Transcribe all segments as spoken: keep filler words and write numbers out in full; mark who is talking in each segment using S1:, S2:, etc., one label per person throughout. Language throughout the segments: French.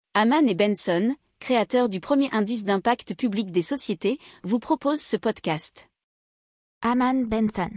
S1: Hamann et Benson, créateurs du premier indice d'impact public des sociétés, vous proposent ce podcast.
S2: Hamann Benson.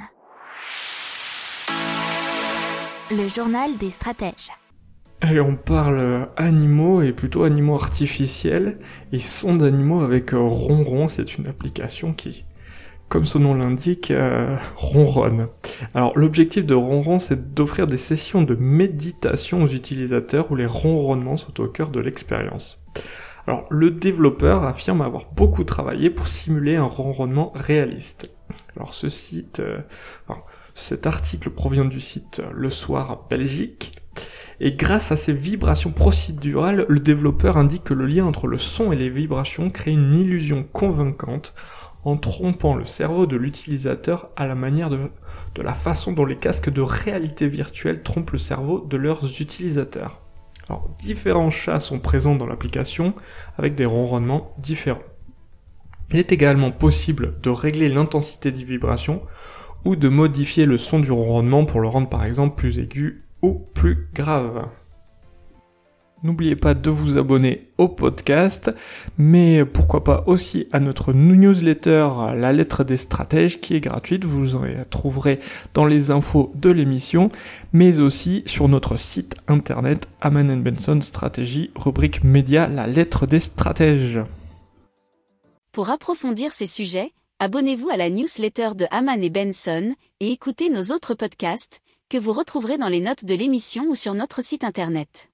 S2: Le journal des stratèges.
S3: Allez, on parle animaux et plutôt animaux artificiels et sons d'animaux avec Ronron. C'est une application qui, comme son nom l'indique, euh, ronronne. Alors l'objectif de Ronron, c'est d'offrir des sessions de méditation aux utilisateurs où les ronronnements sont au cœur de l'expérience. Alors le développeur affirme avoir beaucoup travaillé pour simuler un ronronnement réaliste. Alors ce site, euh, alors, cet article provient du site Le Soir Belgique. Et grâce à ces vibrations procédurales, le développeur indique que le lien entre le son et les vibrations crée une illusion convaincante en trompant le cerveau de l'utilisateur à la manière de, de la façon dont les casques de réalité virtuelle trompent le cerveau de leurs utilisateurs. Alors, différents chats sont présents dans l'application avec des ronronnements différents. Il est également possible de régler l'intensité des vibrations ou de modifier le son du ronronnement pour le rendre par exemple plus aigu ou plus grave. N'oubliez pas de vous abonner au podcast, mais pourquoi pas aussi à notre newsletter La Lettre des Stratèges qui est gratuite, vous en trouverez dans les infos de l'émission, mais aussi sur notre site internet Hamann and Benson Stratégie, rubrique média La Lettre des Stratèges.
S1: Pour approfondir ces sujets, abonnez-vous à la newsletter de Hamann et Benson et écoutez nos autres podcasts que vous retrouverez dans les notes de l'émission ou sur notre site internet.